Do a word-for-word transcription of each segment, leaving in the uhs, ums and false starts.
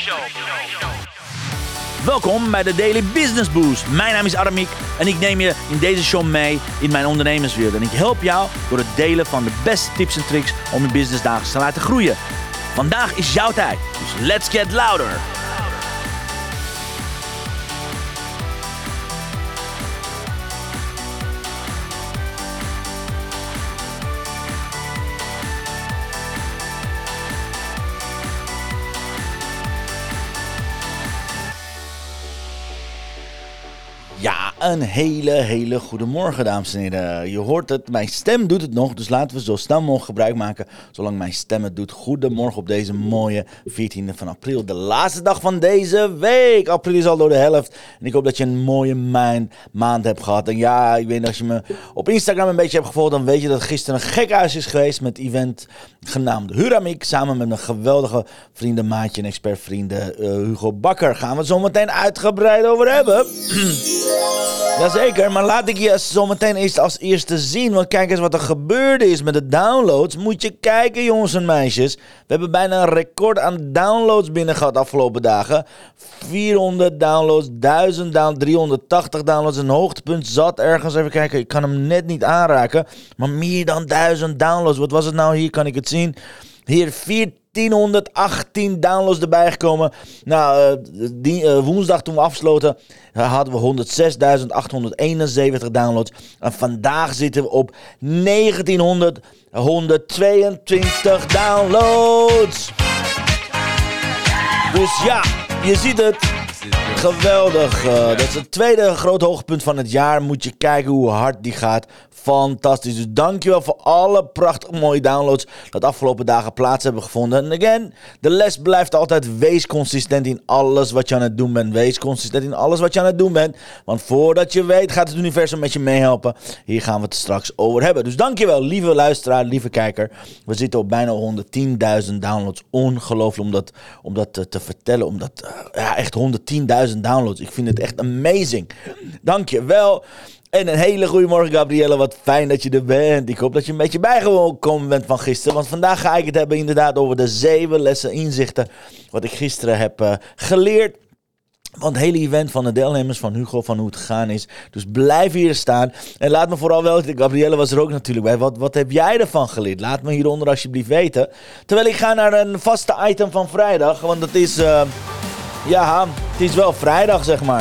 Welkom bij de Daily Business Boost. Mijn naam is Aramik en ik neem je in deze show mee in mijn ondernemerswereld. En ik help jou door het delen van de beste tips en tricks om je business dagelijks te laten groeien. Vandaag is jouw tijd, dus let's get louder. Ja, een hele, hele goede morgen, dames en heren. Je hoort het, mijn stem doet het nog, dus laten we zo snel mogelijk gebruik maken, zolang mijn stem het doet. Goedemorgen op deze mooie veertiende van april, de laatste dag van deze week. April is al door de helft en ik hoop dat je een mooie maand, maand hebt gehad. En ja, ik weet niet, als je me op Instagram een beetje hebt gevolgd, dan weet je dat gisteren een gekhuis is geweest met event genaamd Huramik, samen met mijn geweldige vrienden, maatje en expertvrienden uh, Hugo Bakker. Gaan we het zo meteen uitgebreid over hebben. Jazeker, maar laat ik je zometeen eerst als eerste zien. Want kijk eens wat er gebeurde is met de downloads. Moet je kijken, jongens en meisjes. We hebben bijna een record aan downloads binnen gehad de afgelopen dagen. vierhonderd downloads, duizend downloads, driehonderdtachtig downloads. Een hoogtepunt zat ergens. Even kijken, ik kan hem net niet aanraken. Maar meer dan duizend downloads. Wat was het nou hier? Kan ik het zien? Hier viertienhonderdachttien downloads erbij gekomen. Nou, uh, die, uh, woensdag toen we afsloten uh, hadden we honderdzesduizend achthonderdeenenzeventig downloads. En vandaag zitten we op negentienhonderd honderdtweeëntwintig downloads. Dus ja, je ziet het. Geweldig. Uh, dat is het tweede groot hoogtepunt van het jaar. Moet je kijken hoe hard die gaat. Fantastisch. Dus dankjewel voor alle prachtige mooie downloads dat afgelopen dagen plaats hebben gevonden. En again, de les blijft altijd: wees consistent in alles wat je aan het doen bent. Wees consistent in alles wat je aan het doen bent. Want voordat je weet gaat het universum met je meehelpen. Hier gaan we het straks over hebben. Dus dankjewel, lieve luisteraar, lieve kijker. We zitten op bijna honderdtienduizend downloads. Ongelooflijk om dat, om dat te, te vertellen. Omdat, uh, ja, echt honderdtienduizend downloads. Ik vind het echt amazing. Dankjewel. En een hele goede morgen, Gabrielle. Wat fijn dat je er bent. Ik hoop dat je een beetje bijgekomen bent van gisteren. Want vandaag ga ik het hebben inderdaad over de zeven lessen inzichten wat ik gisteren heb uh, geleerd. Want het hele event van de deelnemers van Hugo, van hoe het gegaan is. Dus blijf hier staan. En laat me vooral weten, Gabrielle was er ook natuurlijk bij. Wat, wat heb jij ervan geleerd? Laat me hieronder alsjeblieft weten. Terwijl ik ga naar een vaste item van vrijdag. Want het is, uh, ja, het is wel vrijdag, zeg maar.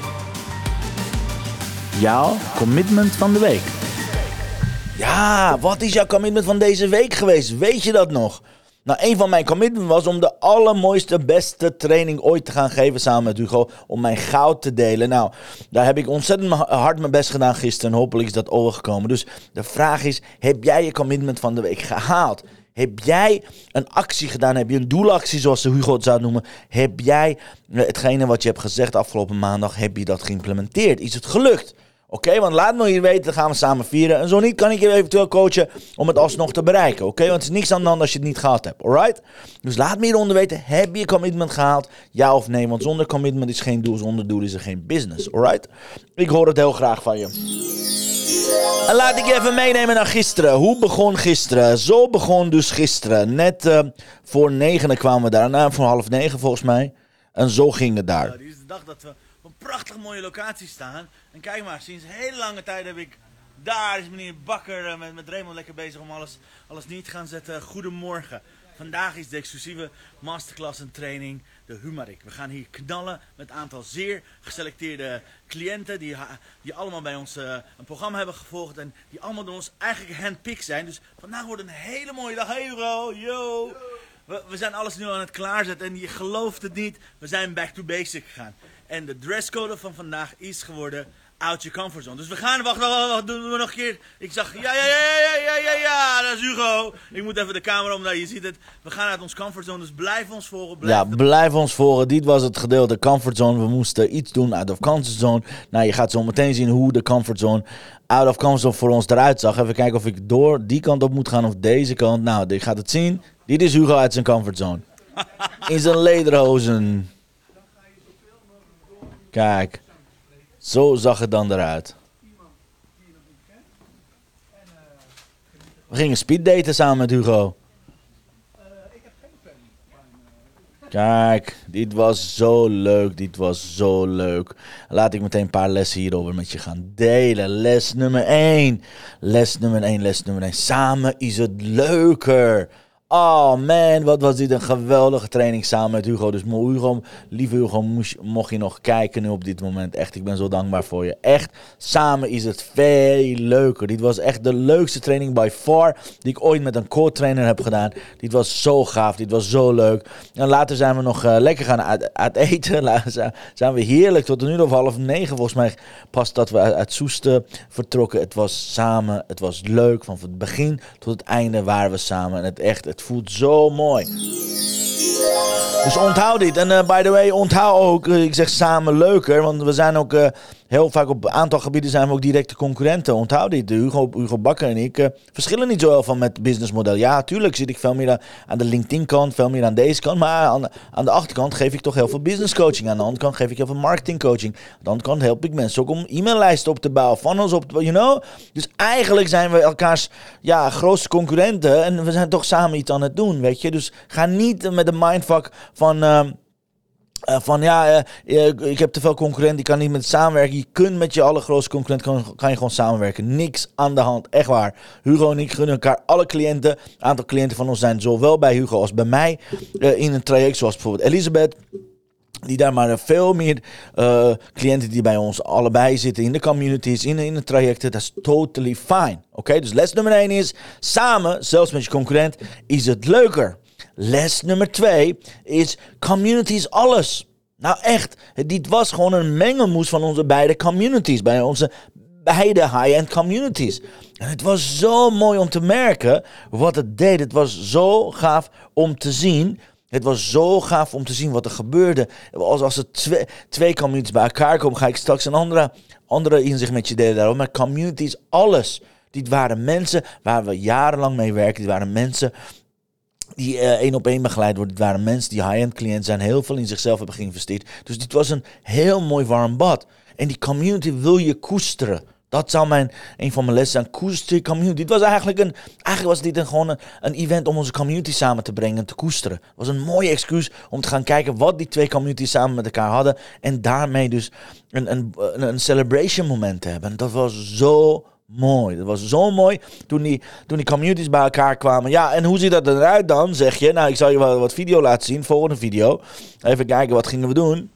Jouw commitment van de week. Ja, wat is jouw commitment van deze week geweest? Weet je dat nog? Nou, een van mijn commitments was om de allermooiste, beste training ooit te gaan geven samen met Hugo. Om mijn goud te delen. Nou, daar heb ik ontzettend hard mijn best gedaan gisteren. En hopelijk is dat overgekomen. Dus de vraag is, heb jij je commitment van de week gehaald? Heb jij een actie gedaan? Heb je een doelactie, zoals de Hugo het zou noemen? Heb jij hetgene wat je hebt gezegd afgelopen maandag, heb je dat geïmplementeerd? Is het gelukt? Oké, okay, want laat me hier weten, dan gaan we samen vieren. En zo niet, kan ik je eventueel coachen om het alsnog te bereiken. Oké, okay? Want het is niks aan de hand als je het niet gehad hebt, alright? Dus laat me hieronder weten, heb je je commitment gehaald? Ja of nee, want zonder commitment is geen doel, zonder doel is er geen business, alright? Ik hoor het heel graag van je. En laat ik je even meenemen naar gisteren. Hoe begon gisteren? Zo begon dus gisteren. Net uh, voor negenen kwamen we daar. Nou, voor half negen volgens mij. En zo ging het daar. Ja, dit is de dag dat we op een prachtig mooie locatie staan. En kijk maar, sinds hele lange tijd heb ik... Daar is meneer Bakker uh, met, met Raymond lekker bezig om alles, alles neer te gaan zetten. Goedemorgen. Vandaag is de exclusieve masterclass en training, de Humarik. We gaan hier knallen met een aantal zeer geselecteerde cliënten die, die allemaal bij ons uh, een programma hebben gevolgd en die allemaal door ons eigenlijk handpicked zijn. Dus vandaag wordt een hele mooie dag. Hey Hugo, yo! We, we zijn alles nu aan het klaarzetten en je gelooft het niet, we zijn back to basic gegaan. En de dresscode van vandaag is geworden out your comfort zone. Dus we gaan, wacht, wacht, wacht, doen we nog een keer. Ik zag, ja, ja, ja, ja, ja, ja, ja, dat is Hugo. Ik moet even de camera omdraaien, je ziet het. We gaan uit ons comfortzone, dus blijf ons volgen. Blijf ja, de... blijf ons volgen. Dit was het gedeelte comfortzone. We moesten iets doen out of comfortzone. Nou, je gaat zo meteen zien hoe de comfortzone out of comfortzone voor ons eruit zag. Even kijken of ik door die kant op moet gaan of deze kant. Nou, je gaat het zien. Dit is Hugo uit zijn comfortzone. In zijn lederhozen. Kijk. Zo zag het dan eruit. We gingen speeddaten samen met Hugo. Kijk, dit was zo leuk. Dit was zo leuk. Laat ik meteen een paar lessen hierover met je gaan delen. Les nummer één. Les nummer één, les nummer één. Samen is het leuker. Oh man, wat was dit een geweldige training samen met Hugo. Dus Hugo, lieve Hugo, moest, mocht je nog kijken nu op dit moment. Echt, ik ben zo dankbaar voor je. Echt, samen is het veel leuker. Dit was echt de leukste training by far die ik ooit met een core trainer heb gedaan. Dit was zo gaaf, dit was zo leuk. En later zijn we nog uh, lekker gaan uit, uit eten. Later zijn we heerlijk tot een uur of half negen volgens mij pas dat we uit, uit Soesten vertrokken. Het was samen, het was leuk. Van het begin tot het einde waren we samen. En het echt, het voelt zo mooi. Dus onthoud dit. En uh, by the way, onthoud ook, uh, ik zeg samen leuker, want we zijn ook uh, heel vaak op een aantal gebieden zijn we ook directe concurrenten. Onthoud dit. Hugo, Hugo Bakker en ik uh, verschillen niet zo heel van met businessmodel. Ja, tuurlijk zit ik veel meer aan de LinkedIn kant, veel meer aan deze kant, maar aan de, aan de achterkant geef ik toch heel veel business coaching. Aan de andere kant geef ik heel veel marketing coaching. Aan de andere kant help ik mensen ook om e-maillijsten op te bouwen, funnels op te bouwen, you know. Dus eigenlijk zijn we elkaars ja, grootste concurrenten en we zijn toch samen iets aan het doen, weet je. Dus ga niet met de mindfuck van... Uh, Uh, van ja, uh, uh, ik heb te veel concurrenten, ik kan niet met samenwerken. Je kunt met je allergrootste concurrent kan, kan je gewoon samenwerken. Niks aan de hand, echt waar. Hugo en ik gunnen elkaar alle cliënten. Een aantal cliënten van ons zijn zowel bij Hugo als bij mij uh, in een traject. Zoals bijvoorbeeld Elisabeth. Die daar maar veel meer uh, cliënten die bij ons allebei zitten in de communities, in, in de trajecten. Dat is totally fine. Oké, okay? Dus les nummer één is, samen, zelfs met je concurrent, is het leuker. Les nummer twee is community is alles. Nou echt, dit was gewoon een mengelmoes van onze beide communities. Bij onze beide high-end communities. En het was zo mooi om te merken wat het deed. Het was zo gaaf om te zien. Het was zo gaaf om te zien wat er gebeurde. Als, als er twee, twee communities bij elkaar komen, ga ik straks een andere, andere inzicht met je delen daarover. Maar community is alles. Dit waren mensen waar we jarenlang mee werken. Dit waren mensen die uh, één op één begeleid worden. Het waren mensen die high-end cliënten zijn, heel veel in zichzelf hebben geïnvesteerd. Dus dit was een heel mooi warm bad. En die community wil je koesteren. Dat zou mijn, een van mijn lessen zijn. Koester je community. Dit was eigenlijk een, eigenlijk was dit een, gewoon een, een event om onze community samen te brengen en te koesteren. Het was een mooie excuus om te gaan kijken wat die twee communities samen met elkaar hadden. En daarmee dus een, een, een, een celebration moment te hebben. En dat was zo mooi. Dat was zo mooi toen die, toen die communities bij elkaar kwamen. Ja, en hoe ziet dat eruit dan, zeg je? Nou, ik zal je wel wat video laten zien. Volgende video. Even kijken, wat gingen we doen?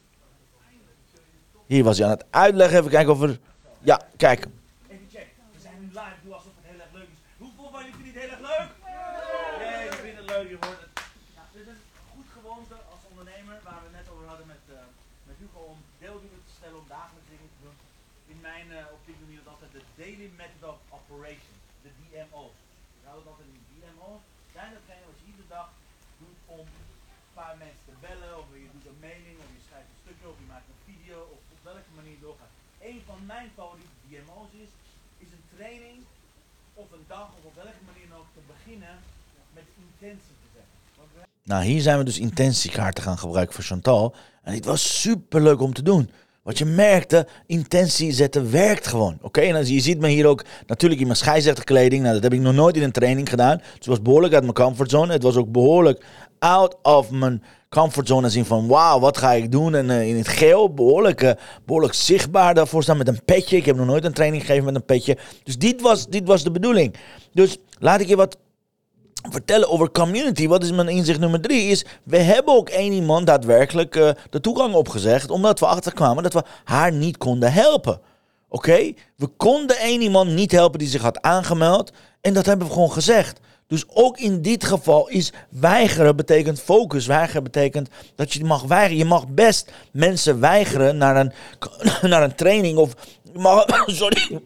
Hier was hij aan het uitleggen. Even kijken of er... Ja, kijk. Even check. We zijn nu live. Doe alsof het heel erg leuk is. Hoeveel van jullie vinden het heel erg leuk? Nee, ik vind het leuk. Je hoort het. Nou, dit is een goed gewoonte als ondernemer, waar we het net over hadden met, uh, met Hugo, om deeldoelen te stellen, om dagelijks dingen te doen. In mijn uh, optiek noem je dat altijd de Daily Method of Operation. De D M O's. Ik hou het altijd in D M O's. Zijn datgene wat je iedere dag doet om een paar mensen te bellen, of je doet een mailing, of je schrijft een stukje, of je maakt een video, of op welke manier doorgaat. Een van mijn favoriete D M O's is, is een training of een dag of op welke manier ook te beginnen met intentie te zetten. Nou, hier zijn we dus intentiekaarten gaan gebruiken voor Chantal. En dit was super leuk om te doen. Wat je merkte, intentie zetten werkt gewoon. Oké, okay? En als je ziet me hier ook natuurlijk in mijn scheidsrechterkleding. Nou, dat heb ik nog nooit in een training gedaan. Het was behoorlijk uit mijn comfortzone. Het was ook behoorlijk out of mijn comfortzone. En zien van, wauw, wat ga ik doen? En uh, in het geel, behoorlijk, uh, behoorlijk zichtbaar daarvoor staan met een petje. Ik heb nog nooit een training gegeven met een petje. Dus dit was, dit was de bedoeling. Dus laat ik je wat vertellen over community. Wat is mijn inzicht nummer drie? Is, we hebben ook één iemand daadwerkelijk uh, de toegang opgezegd, omdat we achterkwamen dat we haar niet konden helpen. Oké? Okay? We konden één iemand niet helpen die zich had aangemeld. En dat hebben we gewoon gezegd. Dus ook in dit geval is weigeren betekent focus. Weigeren betekent dat je mag weigeren. Je mag best mensen weigeren naar een, naar een training of... Je mag, sorry...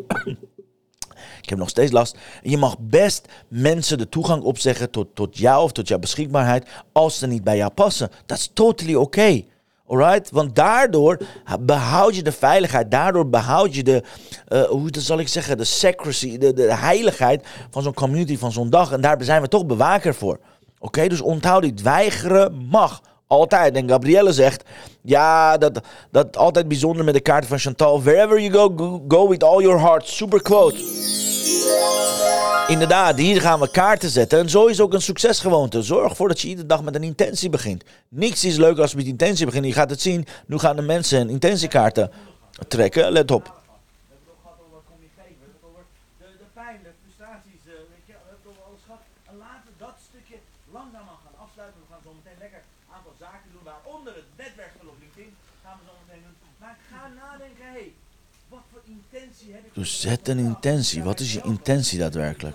Ik heb nog steeds last. Je mag best mensen de toegang opzeggen tot, tot jou of tot jouw beschikbaarheid als ze niet bij jou passen. Dat is totally oké. Okay. Alright? Want daardoor behoud je de veiligheid. Daardoor behoud je de, uh, hoe zal ik zeggen, de secrecy, de, de heiligheid van zo'n community, van zo'n dag. En daar zijn we toch bewaker voor. Oké? Okay? Dus onthoud dit. Weigeren mag. Altijd. En Gabrielle zegt, ja, dat, dat altijd bijzonder met de kaarten van Chantal. Wherever you go, go, go with all your heart. Super quote. Inderdaad, hier gaan we kaarten zetten. En zo is ook een succesgewoonte. Zorg ervoor dat je iedere dag met een intentie begint. Niks is leuk als je met intentie begint. Je gaat het zien. Nu gaan de mensen een intentiekaarten trekken. Let op. We hebben het ook gehad over wat kom je geven. We hebben het over de, de pijn, de frustraties. Uh, weet je, we hebben het over alles gehad. En laten we dat stukje langzaamaan gaan afsluiten. We gaan zo meteen lekker een aantal zaken doen. Waaronder het netwerkspel op LinkedIn gaan we zo meteen doen. Maar ga nadenken, hé, hey, wat voor intentie heb ik? Dus zet een intentie. Wat is je intentie daadwerkelijk?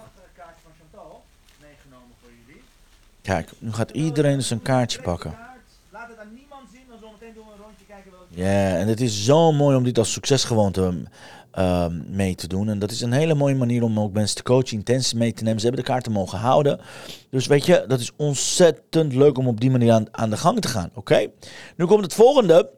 Kijk, nu gaat iedereen zijn kaartje pakken. Laat het aan niemand zien, dan zometeen doen we een rondje kijken welke. Ja, yeah, en het is zo mooi om dit als succesgewoonte uh, mee te doen. En dat is een hele mooie manier om ook mensen te coachen, intenties mee te nemen. Ze hebben de kaarten mogen houden. Dus weet je, dat is ontzettend leuk om op die manier aan, aan de gang te gaan. Oké? Okay? Nu komt het volgende.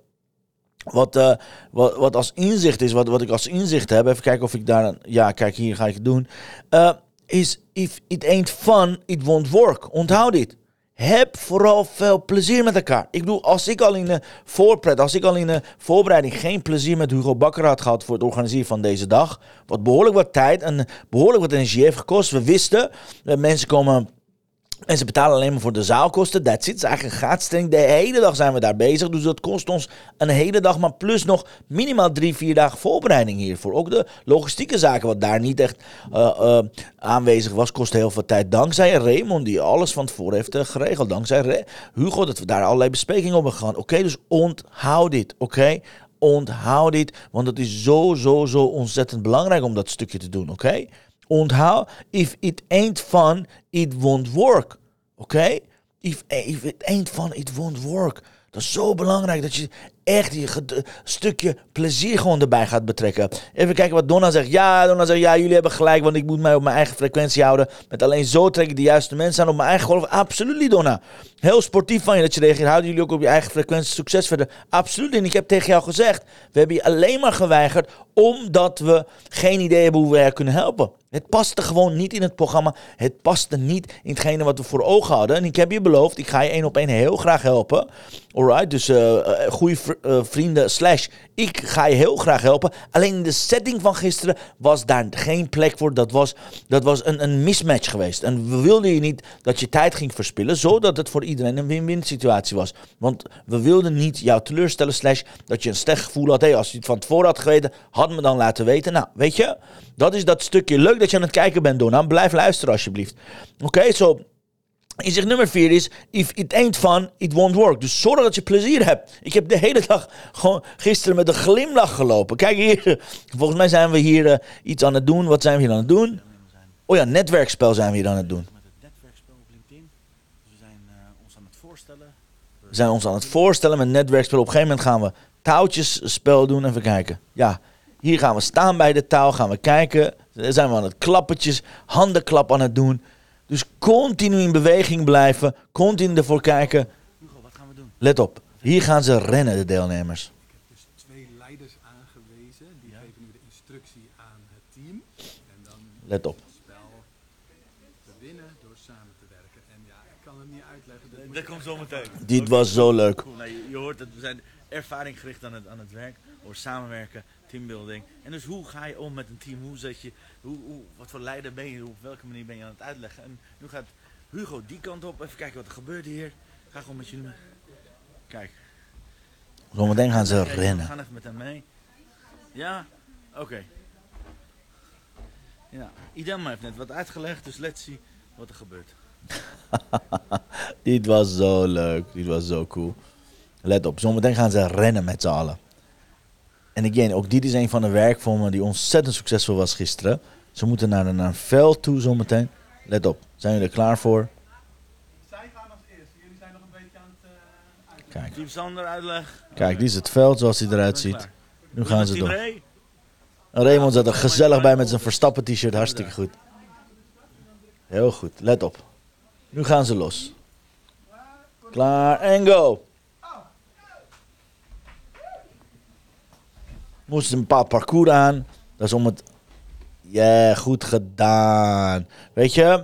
Wat, uh, wat, wat als inzicht is, wat, wat ik als inzicht heb. Even kijken of ik daar... Ja, kijk, hier ga ik het doen. Uh, is, if it ain't fun, it won't work. Onthoud dit. Heb vooral veel plezier met elkaar. Ik bedoel, als ik al in de voorpret, als ik al in de voorbereiding geen plezier met Hugo Bakker had gehad voor het organiseren van deze dag, wat behoorlijk wat tijd en behoorlijk wat energie heeft gekost. We wisten, uh, mensen komen... En ze betalen alleen maar voor de zaalkosten. That's it. Het is eigenlijk een gratis. De hele dag zijn we daar bezig. Dus dat kost ons een hele dag. Maar plus nog minimaal drie, vier dagen voorbereiding hiervoor. Ook de logistieke zaken, wat daar niet echt uh, uh, aanwezig was, kost heel veel tijd. Dankzij Raymond, die alles van tevoren heeft uh, geregeld. Dankzij Re- Hugo, dat we daar allerlei besprekingen op hebben gehad. Oké, okay, dus onthoud dit. Oké, okay? Onthoud dit. Want het is zo, zo, zo ontzettend belangrijk om dat stukje te doen. Oké? Okay? Onthoud, if it ain't fun, it won't work. Oké? Okay? If, if it ain't fun, it won't work. Dat is zo belangrijk dat je echt je ged- stukje plezier gewoon erbij gaat betrekken. Even kijken wat Donna zegt. Ja, Donna zegt, ja, jullie hebben gelijk, want ik moet mij op mijn eigen frequentie houden. Met alleen zo trek ik de juiste mensen aan op mijn eigen golf. Absoluut, Donna. Heel sportief van je dat je reageert. Houden jullie ook op je eigen frequentie succes verder? Absoluut. En ik heb tegen jou gezegd, we hebben je alleen maar geweigerd omdat we geen idee hebben hoe we je kunnen helpen. Het paste gewoon niet in het programma. Het paste niet in hetgene wat we voor ogen hadden. En ik heb je beloofd, ik ga je één op één heel graag helpen. Alright, dus uh, goede v- uh, vrienden slash ik ga je heel graag helpen. Alleen in de setting van gisteren was daar geen plek voor. Dat was, dat was een, een mismatch geweest. En we wilden je niet dat je tijd ging verspillen, zodat het voor iedereen een win-win situatie was. Want we wilden niet jou teleurstellen slash dat je een slecht gevoel had. Hey, als je het van tevoren had geweten, had me dan laten weten. Nou, weet je, dat is dat stukje. Leuk dat je aan het kijken bent, Donna. Blijf luisteren alsjeblieft. Oké, okay, zo... So, inzicht nummer vier is, if it ain't fun, it won't work. Dus zorg dat je plezier hebt. Ik heb de hele dag gewoon gisteren met een glimlach gelopen. Kijk hier, volgens mij zijn we hier uh, iets aan het doen. Wat zijn we hier aan het doen? Oh ja, netwerkspel zijn we hier aan het doen. Met het netwerkspel op LinkedIn. Dus we zijn uh, ons aan het voorstellen. We zijn ons aan het voorstellen met netwerkspel. Op een gegeven moment gaan we touwtjesspel doen. Even kijken. Ja, hier gaan we staan bij de touw, gaan we kijken. Dan zijn we aan het klappertjes, handenklap aan het doen. Dus continu in beweging blijven, continu ervoor kijken. Hugo, wat gaan we doen? Let op, hier gaan ze rennen, de deelnemers. Ik heb dus twee leiders aangewezen, die ja. geven nu de instructie aan het team. En dan Let op. het spel te winnen door samen te werken. En ja, ik kan het niet uitleggen. Dat, Dat komt zo meteen. Dit okay. was zo leuk. Cool. Nou, je, je hoort het, we zijn ervaringgericht aan het, aan het werk, over samenwerken, teambuilding. En dus hoe ga je om met een team? Hoe zet je, hoe, hoe, wat voor leider ben je? Op welke manier ben je aan het uitleggen? En nu gaat Hugo die kant op. Even kijken wat er gebeurt hier. Ga gewoon met jullie mee. Kijk. Zometeen gaan ze Kijk, rennen. We gaan even met hem mee. Ja? Oké. Okay. Ja, Idem heeft net wat uitgelegd, dus let's see wat er gebeurt. Dit was zo leuk. Dit was zo cool. Let op, zometeen gaan ze rennen met z'n allen. En again, ook dit is een van de werkvormen die ontzettend succesvol was gisteren. Ze moeten naar, naar een veld toe zometeen. Let op, zijn jullie er klaar voor? zij gaan als eerste, jullie zijn nog een beetje aan het uh, uitleggen. Kijk. Team Sander uitleg. Kijk, dit is het veld zoals hij eruit ziet. Klaar. Nu gaan ze Team door. Ray. En Raymond zat er gezellig bij met zijn Verstappen t-shirt. Hartstikke goed. Heel goed, let op. Nu gaan ze los. Klaar en go. Moesten een bepaald parcours aan. Dat is om het... Ja, yeah, goed gedaan. Weet je?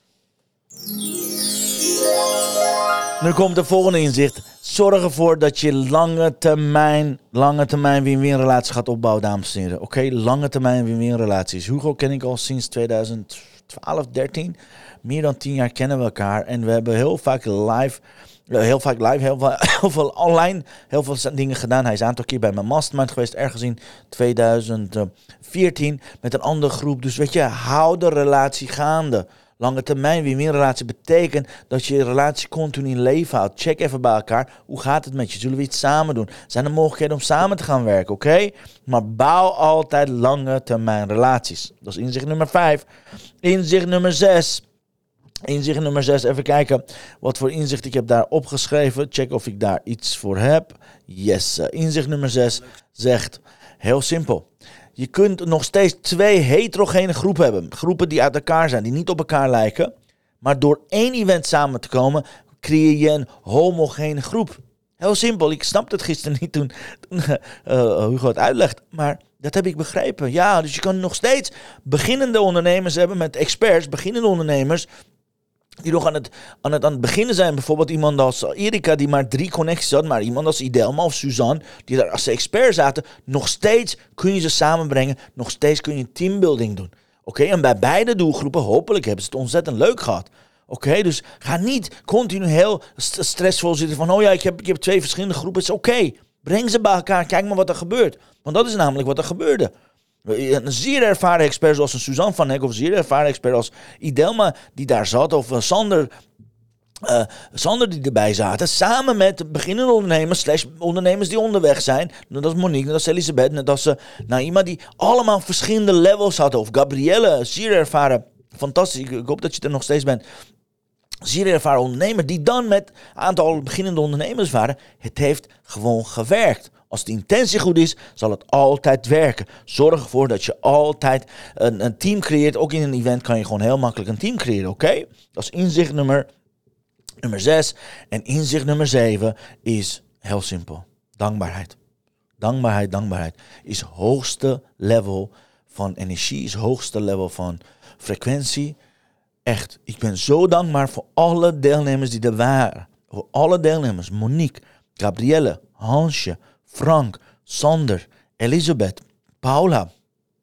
Nu komt de volgende inzicht. Zorg ervoor dat je lange termijn, lange termijn win-win relaties gaat opbouwen, dames en heren. Oké, okay? Lange termijn win-win relaties. Hugo ken ik al sinds tweeduizend twaalf, dertien. Meer dan tien jaar kennen we elkaar. En we hebben heel vaak live, heel vaak live, heel veel, heel veel online, heel veel dingen gedaan. Hij is een aantal keer bij mijn mastermind geweest, ergens in tweeduizend veertien. Met een andere groep. Dus weet je, hou de relatie gaande. Lange termijn win-win relatie betekent dat je je relatie continu in leven houdt. Check even bij elkaar. Hoe gaat het met je? Zullen we iets samen doen? Zijn er mogelijkheden om samen te gaan werken? Oké? Okay? Maar bouw altijd lange termijn relaties. Dat is inzicht nummer vijf. Inzicht nummer zes. Inzicht nummer zes. Even kijken wat voor inzicht ik heb daar opgeschreven. Check of ik daar iets voor heb. Yes. Inzicht nummer zes zegt heel simpel. Je kunt nog steeds twee heterogene groepen hebben. Groepen die uit elkaar zijn, die niet op elkaar lijken. Maar door één event samen te komen, creëer je een homogene groep. Heel simpel. Ik snapte het gisteren niet toen, toen uh, Hugo het uitlegt. Maar dat heb ik begrepen. Ja, dus je kan nog steeds beginnende ondernemers hebben met experts. Beginnende ondernemers die nog aan het, aan, het, aan het beginnen zijn. Bijvoorbeeld iemand als Erika die maar drie connecties had. Maar iemand als Idelma of Suzanne die daar als expert zaten. Nog steeds kun je ze samenbrengen. Nog steeds kun je teambuilding doen. Oké, okay? En bij beide doelgroepen hopelijk hebben ze het ontzettend leuk gehad. Oké, okay? Dus ga niet continu heel st- stressvol zitten van oh ja, ik heb, ik heb twee verschillende groepen. Het is oké. Okay. Breng ze bij elkaar. Kijk maar wat er gebeurt. Want dat is namelijk wat er gebeurde. Een zeer ervaren expert zoals een Suzanne van Hek of een zeer ervaren expert als Idelma die daar zat of uh, Sander, uh, Sander die erbij zaten. Samen met beginnende ondernemers slash ondernemers die onderweg zijn. Net als Monique, net als Elisabeth, net als uh, Naima die allemaal verschillende levels hadden. Of Gabrielle, zeer ervaren, fantastisch. Ik, ik hoop dat je er nog steeds bent. Zeer ervaren ondernemer die dan met een aantal beginnende ondernemers waren. Het heeft gewoon gewerkt. Als de intentie goed is, zal het altijd werken. Zorg ervoor dat je altijd een, een team creëert. Ook in een event kan je gewoon heel makkelijk een team creëren, oké? Okay? Dat is inzicht nummer, nummer zes. En inzicht nummer zeven is heel simpel. Dankbaarheid. Dankbaarheid, dankbaarheid is hoogste level van energie, is hoogste level van frequentie. Echt, ik ben zo dankbaar voor alle deelnemers die er waren. Voor alle deelnemers. Monique, Gabrielle, Hansje, Frank, Sander, Elisabeth, Paula,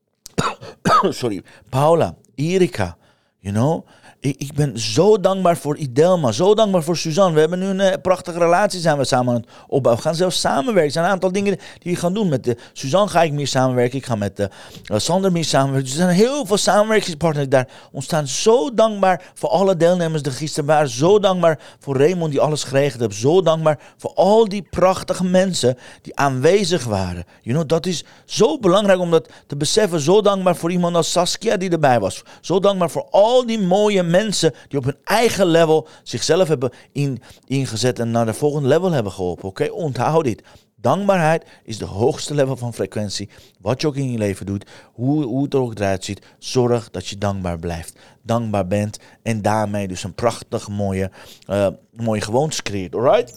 sorry, Paula, Erika, you know. Ik, ik ben zo dankbaar voor Idelma, zo dankbaar voor Suzanne. We hebben nu een uh, prachtige relatie, zijn we samen aan het opbouwen. We gaan zelfs samenwerken. Er zijn een aantal dingen die we gaan doen. Met uh, Suzanne ga ik meer samenwerken. Ik ga met uh, uh, Sander meer samenwerken. Dus er zijn heel veel samenwerkingspartners daar ontstaan. Zo dankbaar voor alle deelnemers die gisteren waren. Zo dankbaar voor Raymond die alles geregeld heeft. Zo dankbaar voor al die prachtige mensen die aanwezig waren. You know, dat is zo belangrijk om dat te beseffen. Zo dankbaar voor iemand als Saskia die erbij was. Zo dankbaar voor al die mooie mensen die op hun eigen level zichzelf hebben in, ingezet en naar de volgende level hebben geholpen. Oké, okay? Onthoud dit. Dankbaarheid is de hoogste level van frequentie. Wat je ook in je leven doet, hoe, hoe het er ook eruit ziet, zorg dat je dankbaar blijft. Dankbaar bent en daarmee dus een prachtig mooie, uh, mooie gewoontes creëert. Alright?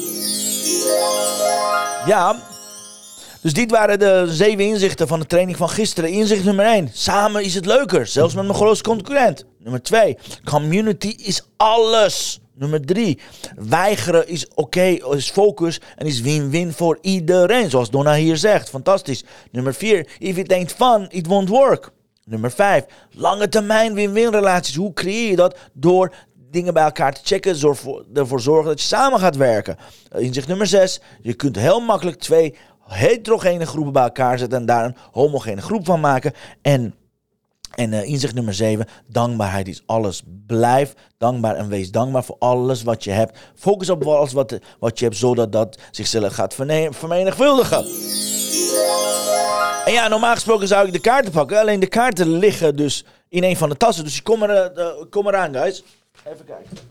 Ja. Dus dit waren de zeven inzichten van de training van gisteren. Inzicht nummer één. Samen is het leuker. Zelfs met mijn grootste concurrent. Nummer twee. Community is alles. Nummer drie. Weigeren is oké. Okay, is focus. En is win-win voor iedereen. Zoals Donna hier zegt. Fantastisch. Nummer vier. If it ain't fun, it won't work. Nummer vijf. Lange termijn win-win relaties. Hoe creëer je dat? Door dingen bij elkaar te checken. Ervoor zorgen dat je samen gaat werken. Inzicht nummer zes. Je kunt heel makkelijk twee heterogene groepen bij elkaar zetten en daar een homogene groep van maken. En, en uh, inzicht nummer zeven, dankbaarheid is alles. Blijf dankbaar en wees dankbaar voor alles wat je hebt. Focus op alles wat, wat je hebt, zodat dat zichzelf gaat verne- vermenigvuldigen. En ja, normaal gesproken zou ik de kaarten pakken. Alleen de kaarten liggen dus in een van de tassen. Dus kom, er, uh, kom eraan, guys. Even kijken.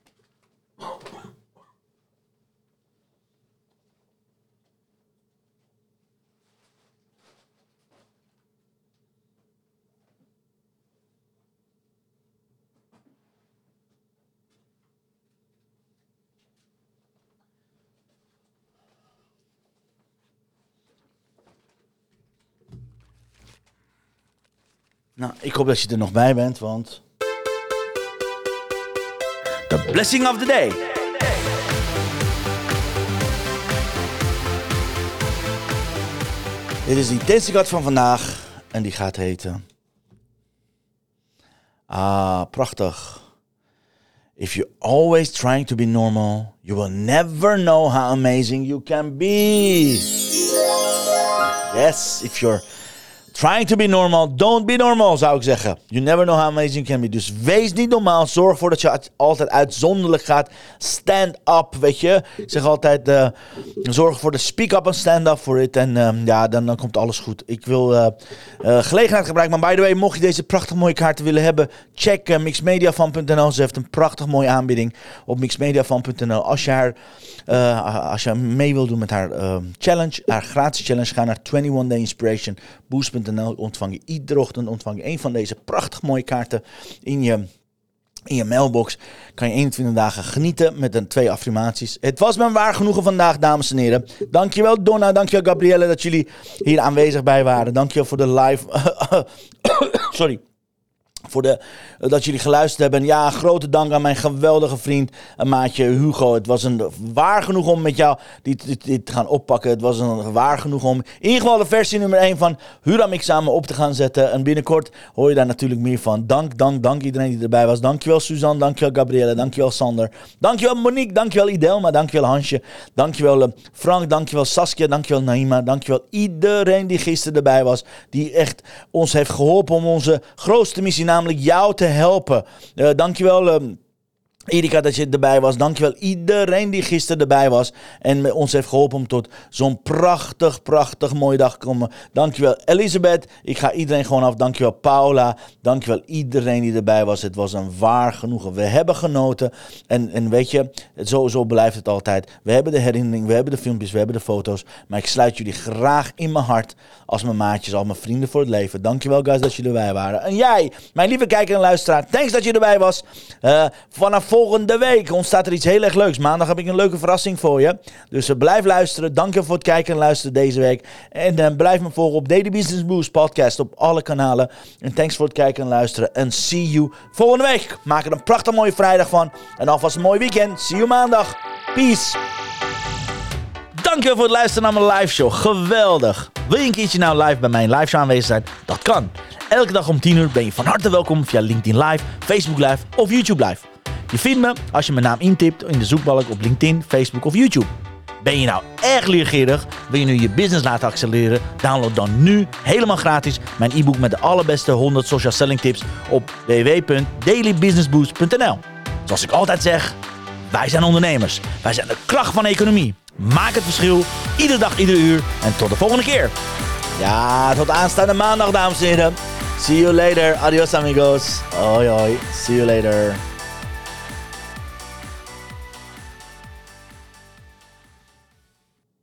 Nou, ik hoop dat je er nog bij bent, want... The blessing of the day. Dit is de intentiekaart van vandaag. En die gaat heten... Ah, prachtig. If you're always trying to be normal, you will never know how amazing you can be. Yes, if you're trying to be normal, don't be normal, zou ik zeggen. You never know how amazing you can be. Dus wees niet normaal. Zorg ervoor dat je altijd uitzonderlijk gaat. Stand up, weet je. Ik zeg altijd, uh, zorg ervoor de speak up en stand up for it. En uh, ja, dan, dan komt alles goed. Ik wil uh, uh, gelegenheid gebruiken. Maar by the way, mocht je deze prachtig mooie kaarten willen hebben, check uh, mixmediafan punt n l. Ze heeft een prachtig mooie aanbieding op mixmediafan punt n l. Als je haar, uh, als je mee wil doen met haar uh, challenge, haar gratis challenge, ga naar eenentwintig day inspiration boost punt n l. Ontvang je iedere ochtend ontvang je een van deze prachtig mooie kaarten in je, in je mailbox. Kan je eenentwintig dagen genieten met een twee affirmaties. Het was me waar genoegen vandaag, dames en heren. Dankjewel Donna, dankjewel Gabrielle dat jullie hier aanwezig bij waren. Dankjewel voor de live... Sorry. Voor de, uh, dat jullie geluisterd hebben. Ja, grote dank aan mijn geweldige vriend en maatje Hugo. Het was een waar genoeg om met jou dit, dit, dit te gaan oppakken. Het was een waar genoeg om in ieder geval de versie nummer één van Huram-examen op te gaan zetten. En binnenkort hoor je daar natuurlijk meer van. Dank, dank, dank iedereen die erbij was. Dankjewel Suzanne, dankjewel Gabrielle, dankjewel Sander. Dankjewel Monique, dankjewel Idelma, dankjewel Hansje. Dankjewel uh, Frank, dankjewel Saskia, dankjewel Naima. Dankjewel iedereen die gisteren erbij was. Die echt ons heeft geholpen om onze grootste missie, namelijk jou te helpen. Uh, dankjewel uh, Erika dat je erbij was. Dankjewel iedereen die gisteren erbij was en ons heeft geholpen om tot zo'n prachtig, prachtig mooie dag te komen. Dankjewel Elisabeth. Ik ga iedereen gewoon af. Dankjewel Paula. Dankjewel iedereen die erbij was. Het was een waar genoegen. We hebben genoten. En, en weet je, zo, zo blijft het altijd. We hebben de herinnering, we hebben de filmpjes, we hebben de foto's. Maar ik sluit jullie graag in mijn hart als mijn maatjes, als mijn vrienden voor het leven. Dankjewel guys dat jullie erbij waren. En jij, mijn lieve kijker en luisteraar, thanks dat je erbij was. Uh, vanaf volgende week ontstaat er iets heel erg leuks. Maandag heb ik een leuke verrassing voor je. Dus uh, blijf luisteren. Dank je voor het kijken en luisteren deze week. En uh, blijf me volgen op Daily Business Boost podcast op alle kanalen. En thanks voor het kijken en luisteren. En see you volgende week. Maak er een prachtig mooie vrijdag van. En alvast een mooi weekend. See you maandag. Peace. Dankjewel voor het luisteren naar mijn live show. Geweldig. Wil je een keertje nou live bij mijn live show aanwezig zijn? Dat kan. Elke dag om tien uur ben je van harte welkom via LinkedIn Live, Facebook Live of YouTube Live. Je vindt me als je mijn naam intipt in de zoekbalk op LinkedIn, Facebook of YouTube. Ben je nou erg leergierig? Wil je nu je business laten accelereren? Download dan nu helemaal gratis mijn e-book met de allerbeste honderd social selling tips op w w w punt daily business boost punt n l. Zoals ik altijd zeg, wij zijn ondernemers. Wij zijn de kracht van de economie. Maak het verschil, iedere dag, iedere uur. En tot de volgende keer. Ja, tot aanstaande maandag, dames en heren. See you later. Adios, amigos. Hoi, hoi. See you later.